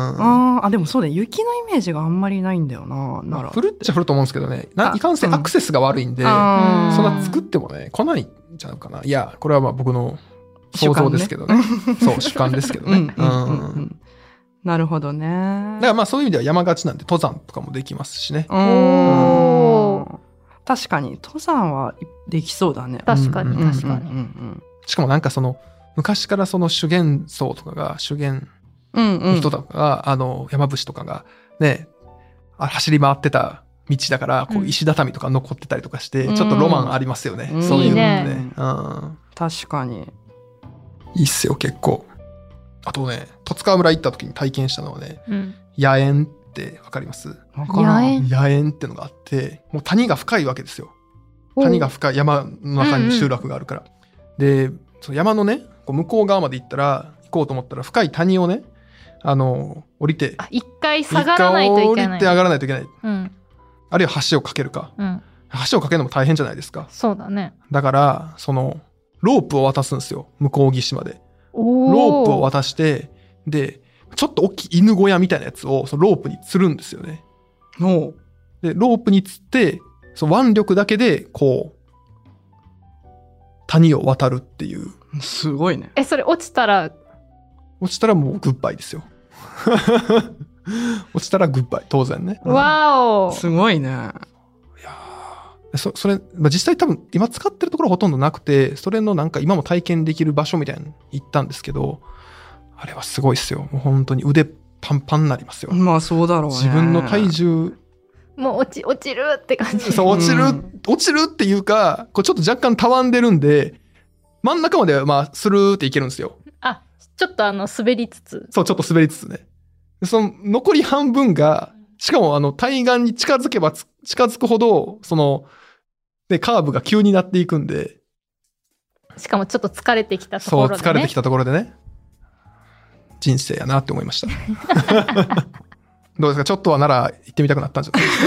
[SPEAKER 2] あ、でもそうだ、雪のイメージがあんまりないんだよな。なら。
[SPEAKER 3] 降るっちゃ降ると思うんですけどね。ないかんせんアクセスが悪いんで、うん、そんな作ってもね、来ないんちゃうかな。いや、これはまあ僕の想像ですけどね。ねそう、主観ですけどね。うんうんうん、
[SPEAKER 2] なるほどね。
[SPEAKER 3] だからまあそういう意味では山がちなんで登山とかもできますしね。
[SPEAKER 2] おー、確かに登山はできそうだね。
[SPEAKER 1] 確かに確かに、うんうんうん、
[SPEAKER 3] しかもなんかその昔からその修験僧とかが修験の人とかが、うんうん、あの山伏とかがね走り回ってた道だからこう石畳とか残ってたりとかして、うん、ちょっとロマンありますよね、うん、そういうのね、いいね、うん、
[SPEAKER 2] 確かに
[SPEAKER 3] いいっすよ結構。あとね、十津川村行った時に体験したのはね、うん、野猿ってわかります？
[SPEAKER 1] 野猿？
[SPEAKER 3] 野猿ってのがあって、もう谷が深いわけですよ。谷が深い山の中に集落があるから、うんうん、でその山のねこう向こう側まで行ったら行こうと思ったら深い谷をねあの降りて
[SPEAKER 1] 一回下がらないといけない、
[SPEAKER 3] 一回降りて上がらないといけない、
[SPEAKER 1] うん、
[SPEAKER 3] あるいは橋を架けるか、うん、橋を架けるのも大変じゃないですか。
[SPEAKER 1] そうだね。
[SPEAKER 3] だからそのロープを渡すんですよ、向こう岸まで。ロープを渡して、でちょっと大きい犬小屋みたいなやつをそのロープに吊るんですよね。
[SPEAKER 2] お
[SPEAKER 3] でロープに吊ってその腕力だけでこう谷を渡るっていう。
[SPEAKER 2] すごいね。
[SPEAKER 1] え、それ落ちたら
[SPEAKER 3] 落ちたらもうグッバイですよ落ちたらグッバイ当然ね、
[SPEAKER 1] うん、わお、
[SPEAKER 2] すごいね。
[SPEAKER 3] いやそ, それ、まあ、実際多分今使ってるところほとんどなくて、それのなんか今も体験できる場所みたいなのに行ったんですけど、あれはすごいっすよ。もう本当に腕パンパンになりますよ。
[SPEAKER 2] まあそうだろうね。
[SPEAKER 3] 自分の体重
[SPEAKER 1] もう落ち落ちるって感じ。
[SPEAKER 3] そう落ちる、うん、落ちるっていうか、こうちょっと若干たわんでるんで真ん中まではまあスルーっていけるんですよ。
[SPEAKER 1] あ、ちょっとあの滑りつつ。
[SPEAKER 3] そうちょっと滑りつつね。その残り半分がしかもあの対岸に近づけば近づくほどそのでカーブが急になっていくんで、
[SPEAKER 1] しかもちょっと疲れてきたところでね。
[SPEAKER 3] そう疲れてきたところでね、人生やなって思いましたどうですか、ちょっとはなら行ってみたくなったんじゃないですか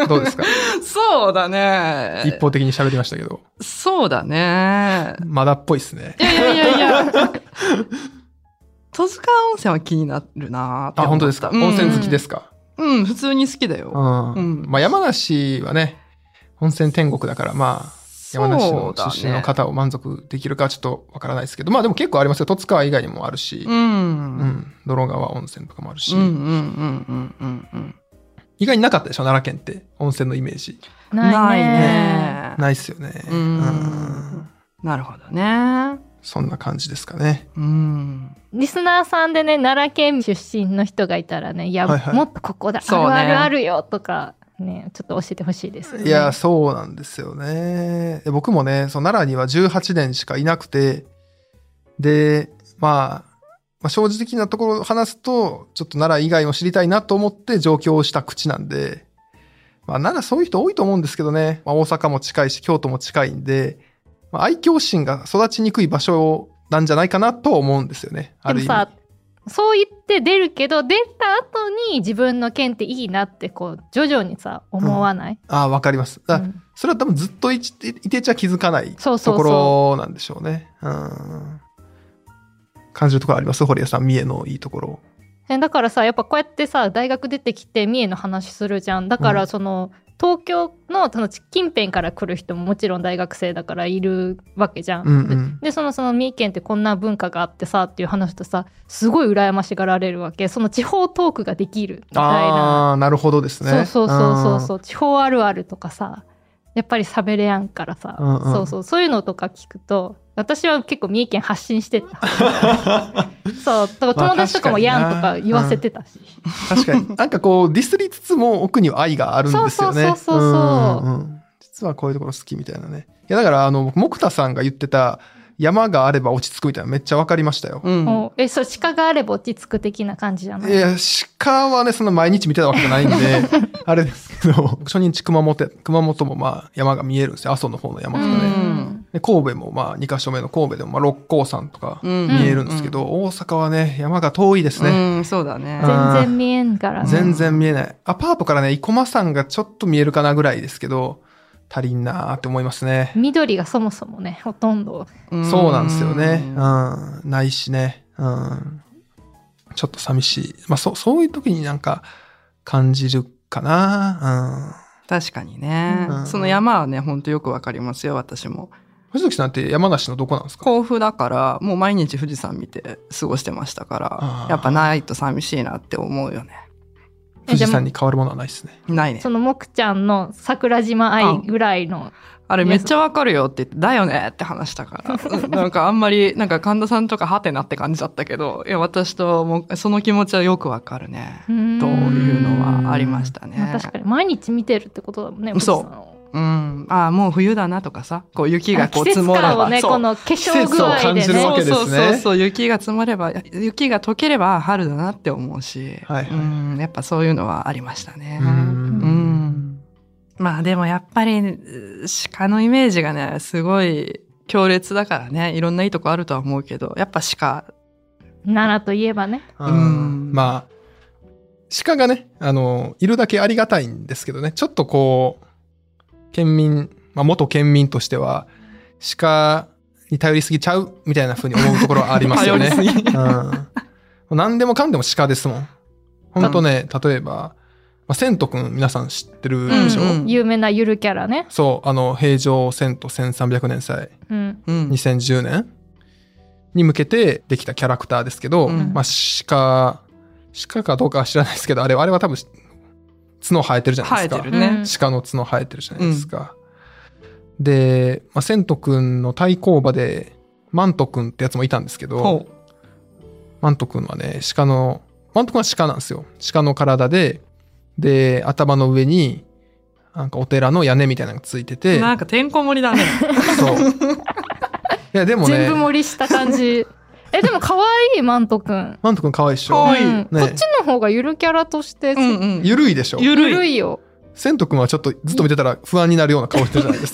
[SPEAKER 3] どうですか？
[SPEAKER 2] そうだね。
[SPEAKER 3] 一方的に喋りましたけど。
[SPEAKER 2] そうだね。
[SPEAKER 3] まだっぽいですね。
[SPEAKER 2] いやいやいやいや。戸塚温泉は気になるなって思った。
[SPEAKER 3] あ、本当ですか？
[SPEAKER 2] うん
[SPEAKER 3] 温泉好きですか？
[SPEAKER 2] うん、普通に好きだよ。
[SPEAKER 3] うん。
[SPEAKER 2] うん
[SPEAKER 3] まあ山梨はね、温泉天国だから、まあ、山梨の出身の方を満足できるかはちょっとわからないですけど、まあでも結構ありますよ。十津川以外にもあるし、
[SPEAKER 2] う。
[SPEAKER 3] うんん。泥川温泉とかもあるし、
[SPEAKER 2] うんうんうんうんうんうん。
[SPEAKER 3] 意外になかったでしょ、奈良県って温泉のイメージ。
[SPEAKER 1] ないね。
[SPEAKER 2] ないね。
[SPEAKER 3] ないっすよね。
[SPEAKER 2] う
[SPEAKER 3] うん
[SPEAKER 2] ん。なるほどね。
[SPEAKER 3] そんな感じですかね。
[SPEAKER 2] うん。
[SPEAKER 1] リスナーさんでね、奈良県出身の人がいたらね、いや、
[SPEAKER 3] はいはい
[SPEAKER 1] もっとここだ、
[SPEAKER 2] そうね
[SPEAKER 1] あるあるあるよとか、ね、ちょっと教えてほしいですよね。
[SPEAKER 3] いや、そうなんですよね。で僕もね、その奈良にはじゅうはちねんしかいなくて、で、まあ、まあ、正直なところを話すと、ちょっと奈良以外も知りたいなと思って上京した口なんで、まあ、奈良そういう人多いと思うんですけどね、まあ、大阪も近いし、京都も近いんで、まあ、愛嬌心が育ちにくい場所なんじゃないかなと思うんですよね。ある意味。
[SPEAKER 1] でもさ、そう言って出るけど、出た後に自分の県っていいなって、こう、徐々にさ、思わない？
[SPEAKER 3] ああ、わかります。だ
[SPEAKER 1] うん
[SPEAKER 3] それは多分ずっといちいてちゃ気づかない
[SPEAKER 1] そうそうそう
[SPEAKER 3] ところなんでしょうね。うん。感じるところあります？堀江さん、三重のいいところ。
[SPEAKER 1] えだからさ、やっぱこうやってさ、大学出てきて三重の話するじゃん。だか
[SPEAKER 3] うん
[SPEAKER 1] らその、東京のその近辺から来る人ももちろん大学生だからいるわけじゃん。
[SPEAKER 3] うんうん
[SPEAKER 1] で、そのその三重県ってこんな文化があってさっていう話とさ、すごい羨ましがられるわけ。その地方トークができるみたいな。
[SPEAKER 3] ああ、なるほどですね。
[SPEAKER 1] そうそうそうそうそう、地方あるあるとかさ、やっぱり喋れやんからさ、
[SPEAKER 3] うんうん
[SPEAKER 1] そうそう、そういうのとか聞くと、私は結構三重県発信してた。そう、だから友達とかもやんとか言わせてたし。
[SPEAKER 3] 確かに。なんかこう、ディスりつつも奥には愛があるんですよね。
[SPEAKER 1] そうそうそうそうそうん
[SPEAKER 3] ん実はこういうところ好きみたいなね。いや、だから、あの、木田さんが言ってた、山があれば落ち着くみたいなめっちゃわかりましたよ。
[SPEAKER 2] うん。
[SPEAKER 1] もうえ、そう、鹿があれば落ち着く的な感じじゃない？
[SPEAKER 3] いや、鹿はね、そんな毎日見てたわけじゃないんで、あれですけど、初任地熊本、熊本もまあ山が見えるんですよ。阿蘇の方の山とかね。
[SPEAKER 2] うん
[SPEAKER 3] で神戸もまあにカ所目の神戸でもまあ六甲山とか
[SPEAKER 2] うん
[SPEAKER 3] 見えるんですけど、大阪はね、山が遠いですね。
[SPEAKER 2] うん、そうだね。
[SPEAKER 3] うん
[SPEAKER 1] 全然見えんからね。
[SPEAKER 3] 全然見えない。アパートからね、生駒山がちょっと見えるかなぐらいですけど、足りんなーって思いますね。
[SPEAKER 1] 緑がそもそもね、ほとんど。
[SPEAKER 3] そうなんですよね。うん。ないしね。うん。ちょっと寂しい。まあ、そ、そういう時になんか感じるかな。
[SPEAKER 2] 確かにね。
[SPEAKER 3] うん
[SPEAKER 2] その山はね、ほんとよくわかりますよ、私も。
[SPEAKER 3] 藤崎さんって山梨のどこなんですか？
[SPEAKER 2] 甲府だから、もう毎日富士山見て過ごしてましたか
[SPEAKER 3] あ
[SPEAKER 2] ら、
[SPEAKER 3] ー
[SPEAKER 2] やっぱないと寂しいなって思うよね。
[SPEAKER 3] 富士山に変わるものはないですね。
[SPEAKER 2] ないね
[SPEAKER 1] そ。の木ちゃんの桜島愛ぐらいの。
[SPEAKER 2] あれめっちゃわかるよって言って、だよねって話したから。うんなんかあんまり、なんか神田さんとかハテナって感じだったけど、いや、私ともその気持ちはよくわかるね。
[SPEAKER 1] うーん
[SPEAKER 2] というのはありましたね。
[SPEAKER 1] まあ確かに毎日見てるってことだもんね。
[SPEAKER 2] そう
[SPEAKER 1] 富士山を
[SPEAKER 2] うん。ああ、もう冬だなとかさ、こう雪がこう
[SPEAKER 1] 季節
[SPEAKER 2] 積もれば。
[SPEAKER 1] 感をね、
[SPEAKER 2] そう
[SPEAKER 1] この化粧具
[SPEAKER 3] 季節を
[SPEAKER 1] 合で
[SPEAKER 3] 感じるわ
[SPEAKER 1] ね。
[SPEAKER 3] けですね
[SPEAKER 2] そうそうそうそう、雪が積もれば、雪が溶ければ春だなって思うし、
[SPEAKER 3] はいはい
[SPEAKER 2] うん、やっぱそういうのはありましたね。
[SPEAKER 3] うん
[SPEAKER 2] うん。まあでもやっぱり鹿のイメージがね、すごい強烈だからね、いろんないいとこあるとは思うけど、やっぱ鹿。
[SPEAKER 1] 奈良といえばね。
[SPEAKER 3] うんまあ、鹿がね、あの、いるだけありがたいんですけどね、ちょっとこう、県民、まあ元県民としては、鹿に頼りすぎちゃうみたいな風に思うところはありますよね。
[SPEAKER 2] 頼りすぎ
[SPEAKER 3] うん。何でもかんでも鹿ですもん。ほんとね、例えば、まあ、セントくん皆さん知ってるでしょ、
[SPEAKER 2] うんうん
[SPEAKER 1] 有名なゆるキャラね。
[SPEAKER 3] そう、あの、平城遷都せんさんびゃくねん祭
[SPEAKER 1] うん。
[SPEAKER 2] うん
[SPEAKER 3] にせんじゅうねんに向けてできたキャラクターですけど、
[SPEAKER 2] うん
[SPEAKER 3] まあ鹿、鹿かどうかは知らないですけど、あれは、あれは多分角生えてるじゃないですか。
[SPEAKER 2] 生えてるね。
[SPEAKER 3] 鹿の角生えてるじゃないですか。で、まあ、セントくんの対抗馬で、マントくんってやつもいたんですけど、
[SPEAKER 2] ほ
[SPEAKER 3] マントくんはね、鹿の、マントくんは鹿なんですよ。鹿の体で、で、頭の上に、なんかお寺の屋根みたいなのがついて
[SPEAKER 2] う。
[SPEAKER 3] て、
[SPEAKER 2] なんかてんこ盛りだね。
[SPEAKER 3] そう。いや、でもね
[SPEAKER 1] 全部、盛りした感じ。え、でも可愛いマントくん。
[SPEAKER 3] マントくん可愛いっしょ。
[SPEAKER 2] 可愛い
[SPEAKER 1] うん
[SPEAKER 3] ね
[SPEAKER 1] こっちの方がゆるキャラとして、
[SPEAKER 2] うんうん。
[SPEAKER 3] ゆるいでしょ。
[SPEAKER 2] ゆるい。
[SPEAKER 1] ゆるいよ。
[SPEAKER 3] セントくんはちょっとずっと見てたら不安になるような顔してるじゃないですか。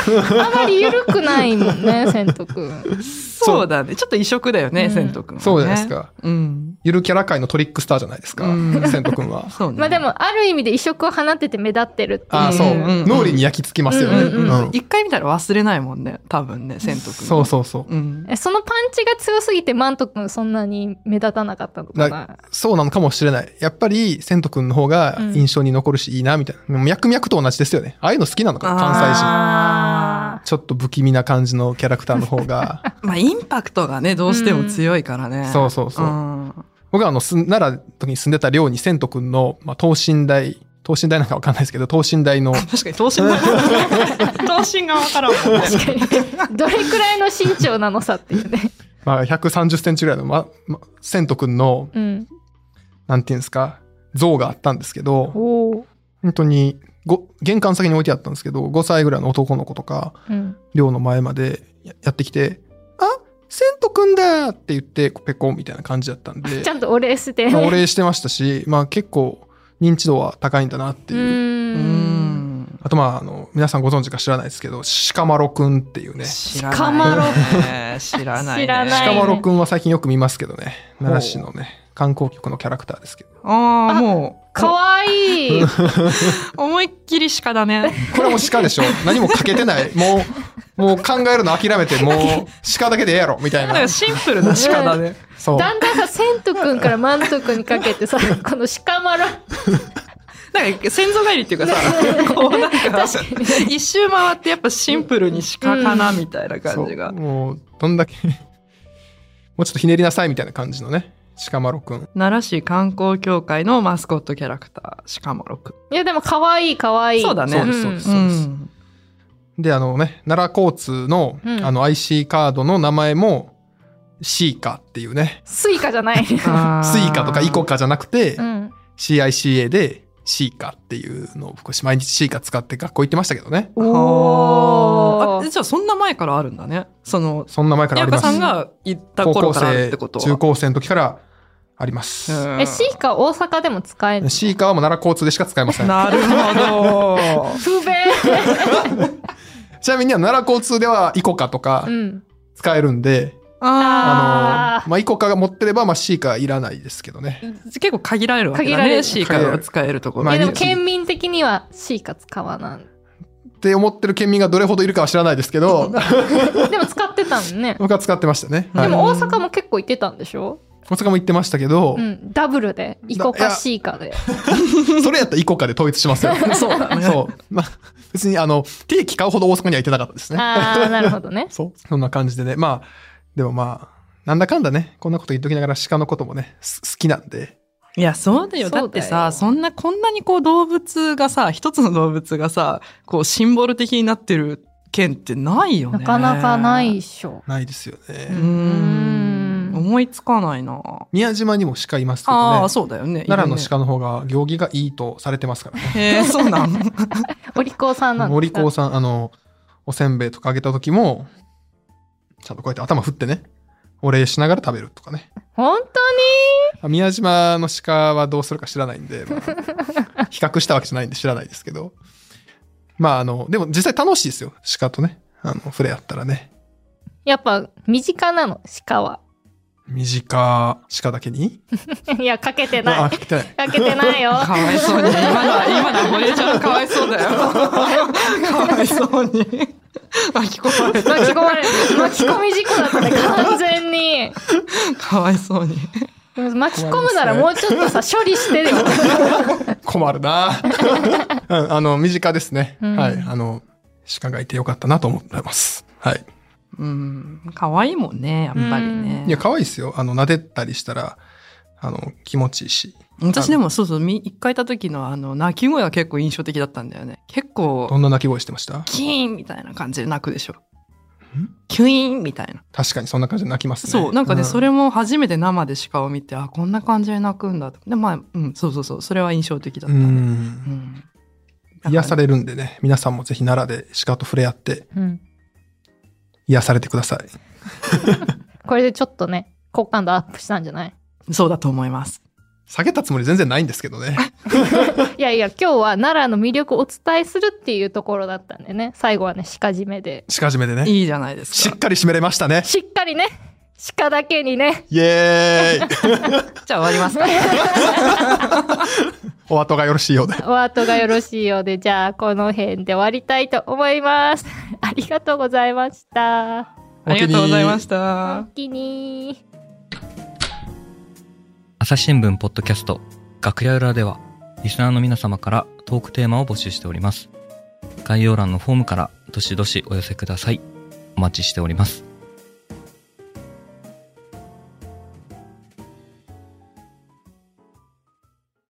[SPEAKER 1] あまり緩くないもんね、セント君。
[SPEAKER 2] そうだね。ちょっと異色だよね、
[SPEAKER 1] うん
[SPEAKER 2] セント君はね。
[SPEAKER 3] そうじゃないですか。
[SPEAKER 2] うん。
[SPEAKER 3] ゆるキャラ界のトリックスターじゃないですか、
[SPEAKER 2] うん
[SPEAKER 3] セント君は。
[SPEAKER 2] そうね。
[SPEAKER 1] まあでも、ある意味で異色を放ってて目立ってるっていう。
[SPEAKER 3] ああ、そう。
[SPEAKER 2] うんうんうん
[SPEAKER 3] 脳裏に焼き付きますよね。
[SPEAKER 1] うんうんうん
[SPEAKER 3] うん
[SPEAKER 2] 一回見たら忘れないもんね、多分ね、セント君。
[SPEAKER 3] そうそうそう。
[SPEAKER 2] うん。
[SPEAKER 1] えそのパンチが強すぎてマント君そんなに目立たなかったのかな。
[SPEAKER 3] そうなのかもしれない。やっぱり、セント君の方が印象に残るし、いいな、みたいな。脈々と同じですよね。ああいうの好きなのか、関西人。
[SPEAKER 1] あ
[SPEAKER 3] ちょっと不気味な感じのキャラクターの方が。
[SPEAKER 2] まあ、インパクトがね、どうしても強いからね。
[SPEAKER 3] そうそうそう。
[SPEAKER 2] ん
[SPEAKER 3] 僕はあの、す奈良の時に住んでた寮にセント君の、まあ、等身大、等身大なんかわかんないですけど、等身大の、
[SPEAKER 2] 確かに、頭身が、頭身がわからんもんね。
[SPEAKER 1] 確かに。どれくらいの身長なのさっていうね。
[SPEAKER 3] まあ、ひゃくさんじゅっセンチぐらいの、ま、ま、セント君の、
[SPEAKER 1] うん。
[SPEAKER 3] なんていうんですか、像があったんですけど、
[SPEAKER 1] おお。
[SPEAKER 3] 本当に、ご、玄関先に置いてあったんですけど、ごさいぐらいの男の子とか、
[SPEAKER 1] うん。
[SPEAKER 3] 寮の前までややってきて、あ、セント君だって言って、ペコンみたいな感じだったんで
[SPEAKER 1] ち、ゃんとお礼して。
[SPEAKER 3] まあお礼してましたし、まあ結構認知度は高いんだなって
[SPEAKER 1] う
[SPEAKER 3] いう。
[SPEAKER 2] う
[SPEAKER 1] ーん。
[SPEAKER 2] ん。
[SPEAKER 3] あとまあ、あの、皆さんご存知か知らないですけど、鹿丸くんっていうね。
[SPEAKER 2] 知らない、ね。
[SPEAKER 1] 鹿丸
[SPEAKER 2] 知らない、ね。
[SPEAKER 1] 知らない
[SPEAKER 3] 鹿丸くんは最近よく見ますけどね。奈良市のね、観光局のキャラクターですけど。
[SPEAKER 2] ああ、もう。
[SPEAKER 1] かわいい。
[SPEAKER 2] 思いっきり鹿だね。
[SPEAKER 3] これはもう鹿でしょ。何もかけてない。もう、もう考えるの諦めて、もう鹿だけでええやろ、みたいな
[SPEAKER 2] なんか。シンプルな鹿だね。
[SPEAKER 3] そう。
[SPEAKER 1] だんだんさ、セント君からマント君にかけてさ、この鹿丸。
[SPEAKER 2] なんか先祖返りっていうかさ、こうなんか、一周回ってやっぱシンプルに鹿かなみたいな感じが。
[SPEAKER 3] そうもう、どんだけ、もうちょっとひねりなさいみたいな感じのね、鹿丸くん。
[SPEAKER 2] 奈良市観光協会のマスコットキャラクター、鹿丸くん。
[SPEAKER 1] いや、でもかわいいかわいい。
[SPEAKER 2] そうだね。
[SPEAKER 3] そうですそうです
[SPEAKER 2] ん。
[SPEAKER 3] で、あのね、奈良交通の、
[SPEAKER 1] うん
[SPEAKER 3] あの アイシー カードの名前も、シーカっていうね、
[SPEAKER 1] スイカじゃない。
[SPEAKER 3] スイカとかイコカじゃなくて、
[SPEAKER 1] うん。
[SPEAKER 3] シーアイシーエー で、シーカっていうのを僕毎日シーカ使って学校行ってましたけどね。
[SPEAKER 1] おー。
[SPEAKER 2] あじゃあそんな前からあるんだね。その、
[SPEAKER 3] そんな前からあります。
[SPEAKER 2] 矢岡さんが行った
[SPEAKER 3] 高校
[SPEAKER 2] 頃からあるっ
[SPEAKER 3] 生、
[SPEAKER 2] てことは。
[SPEAKER 3] 中高生の時からあります。
[SPEAKER 2] うん
[SPEAKER 1] え、シーカ大阪でも使えるの？
[SPEAKER 3] シーカはもう奈良交通でしか使えません。
[SPEAKER 2] なるほど。
[SPEAKER 1] 不便。
[SPEAKER 3] ちなみには奈良交通ではイコカとか
[SPEAKER 1] うん。
[SPEAKER 3] 使えるんで、
[SPEAKER 2] あ
[SPEAKER 1] あ
[SPEAKER 3] あの、まあ、イコカが持ってれば、まあ、シーカいらないですけどね。
[SPEAKER 2] あ。結構限られるわけだね。
[SPEAKER 1] 限られる
[SPEAKER 2] シーカーを使えるところ。
[SPEAKER 1] あ。
[SPEAKER 3] まあ
[SPEAKER 1] え、でも
[SPEAKER 3] 毎日
[SPEAKER 1] 県民的にはシーカ使わない。
[SPEAKER 3] って思ってる県民がどれほどいるかは知らないですけど、
[SPEAKER 1] でも使ってたんね。
[SPEAKER 3] 僕は使ってましたね。はい、
[SPEAKER 1] でも大阪も結構行ってたんでしょ？
[SPEAKER 3] 大阪も行ってましたけど、
[SPEAKER 1] うん。ダブルで。イコカシーカで。
[SPEAKER 3] それやったらイコカで統一しますよ。
[SPEAKER 2] そうだね。
[SPEAKER 3] そう。まあ、別にあの、定期買うほど大阪には行ってなかったですね。
[SPEAKER 1] ああ、なるほどね。
[SPEAKER 3] そう。そんな感じでね。まあ、でもまあ、なんだかんだね、こんなこと言っときながら鹿のこともね、す好きなんで。
[SPEAKER 2] いや、そうだよ。
[SPEAKER 1] そうだよ
[SPEAKER 2] だってさ、そんな、こんなにこう動物がさ、一つの動物がさ、こうシンボル的になってる県ってないよね。
[SPEAKER 1] なかなかないっしょ。
[SPEAKER 3] ないですよ
[SPEAKER 2] う
[SPEAKER 3] ね。
[SPEAKER 2] ん。思いつかないな。
[SPEAKER 3] 宮島にも鹿いますけど
[SPEAKER 2] ああ、
[SPEAKER 3] ね。
[SPEAKER 2] そうだよね。
[SPEAKER 3] 奈良の
[SPEAKER 2] いるね
[SPEAKER 3] 鹿の方が行儀がいいとされてますからね。
[SPEAKER 2] へえ、そうなの。
[SPEAKER 1] お利口さんなんですか？
[SPEAKER 3] 森高さん、あの、おせんべいとかあげた時も、ちゃんとこうやって頭振ってね、お礼しながら食べるとかね。
[SPEAKER 1] 本当に？
[SPEAKER 3] 宮島の鹿はどうするか知らないんで、まあ比較したわけじゃないんで知らないですけど。まあ、あの、でも実際楽しいですよ。鹿とね。あの、触れ合ったらね。
[SPEAKER 1] やっぱ身近なの、鹿は。
[SPEAKER 3] 短鹿だけに
[SPEAKER 1] いや、かけて
[SPEAKER 3] あ、
[SPEAKER 1] ない。
[SPEAKER 3] 来てない。
[SPEAKER 1] かけてないよ。
[SPEAKER 2] かわいそうに。今のは、今のは堀江ちゃんかわいそうだよ。かわいそうに。巻き込まれた。
[SPEAKER 1] 巻き込まれる。巻き込み事故だったね、完全に。
[SPEAKER 2] かわいそうに。
[SPEAKER 1] でも巻き込むならもうちょっとさ、処理してよ。
[SPEAKER 3] 困るな、うん、あの、身近ですね。
[SPEAKER 1] うん
[SPEAKER 3] はい。あの、鹿がいてよかったなと思ってます。はい。
[SPEAKER 2] うん。かわいいもんね、やっぱりね。
[SPEAKER 3] いや、可愛いですよ。あの、撫でたりしたら、あの、気持ちいいし。
[SPEAKER 2] 私でもそうそう、み一回行った時のあの、鳴き声が結構印象的だったんだよね。結構
[SPEAKER 3] ど、んな鳴き声してました？
[SPEAKER 2] キーンみたいな感じで鳴くでしょ。キュイーンみたいな。
[SPEAKER 3] 確かにそんな感じで鳴きますね。
[SPEAKER 2] そう、なんかね、
[SPEAKER 3] う
[SPEAKER 2] それも初めて生で鹿を見て、あ、こんな感じで鳴くんだと。で、まあ、うん、そうそうそう、それは印象的だったね。
[SPEAKER 3] うん。
[SPEAKER 2] うん。
[SPEAKER 3] 癒されるんでね、皆さんもぜひ奈良で鹿と触れ合って
[SPEAKER 1] うん。
[SPEAKER 3] 癒されてください。
[SPEAKER 1] これでちょっとね、好感度アップしたんじゃない？
[SPEAKER 2] そうだと思います。
[SPEAKER 3] 下げたつもり全然ないんですけどね。
[SPEAKER 1] いやいや、今日は奈良の魅力をお伝えするっていうところだったんでね。最後はね、鹿締めで。
[SPEAKER 3] 鹿締めでね。
[SPEAKER 2] いいじゃないですか。
[SPEAKER 3] しっかり締めれましたね。
[SPEAKER 1] しっかりね、鹿だけにね。
[SPEAKER 3] イエーイ
[SPEAKER 2] じゃあ終わりますか。
[SPEAKER 3] お後がよろしいようで。
[SPEAKER 1] お後がよろしいようで、じゃあこの辺で終わりたいと思います。ありがとうございました。
[SPEAKER 2] ありがとうございまし
[SPEAKER 1] お
[SPEAKER 2] た
[SPEAKER 1] お。きに。
[SPEAKER 4] 朝日新聞ポッドキャスト楽屋裏ではリスナーの皆様からトークテーマを募集しております。概要欄のフォームからどしどしお寄せください。お待ちしております。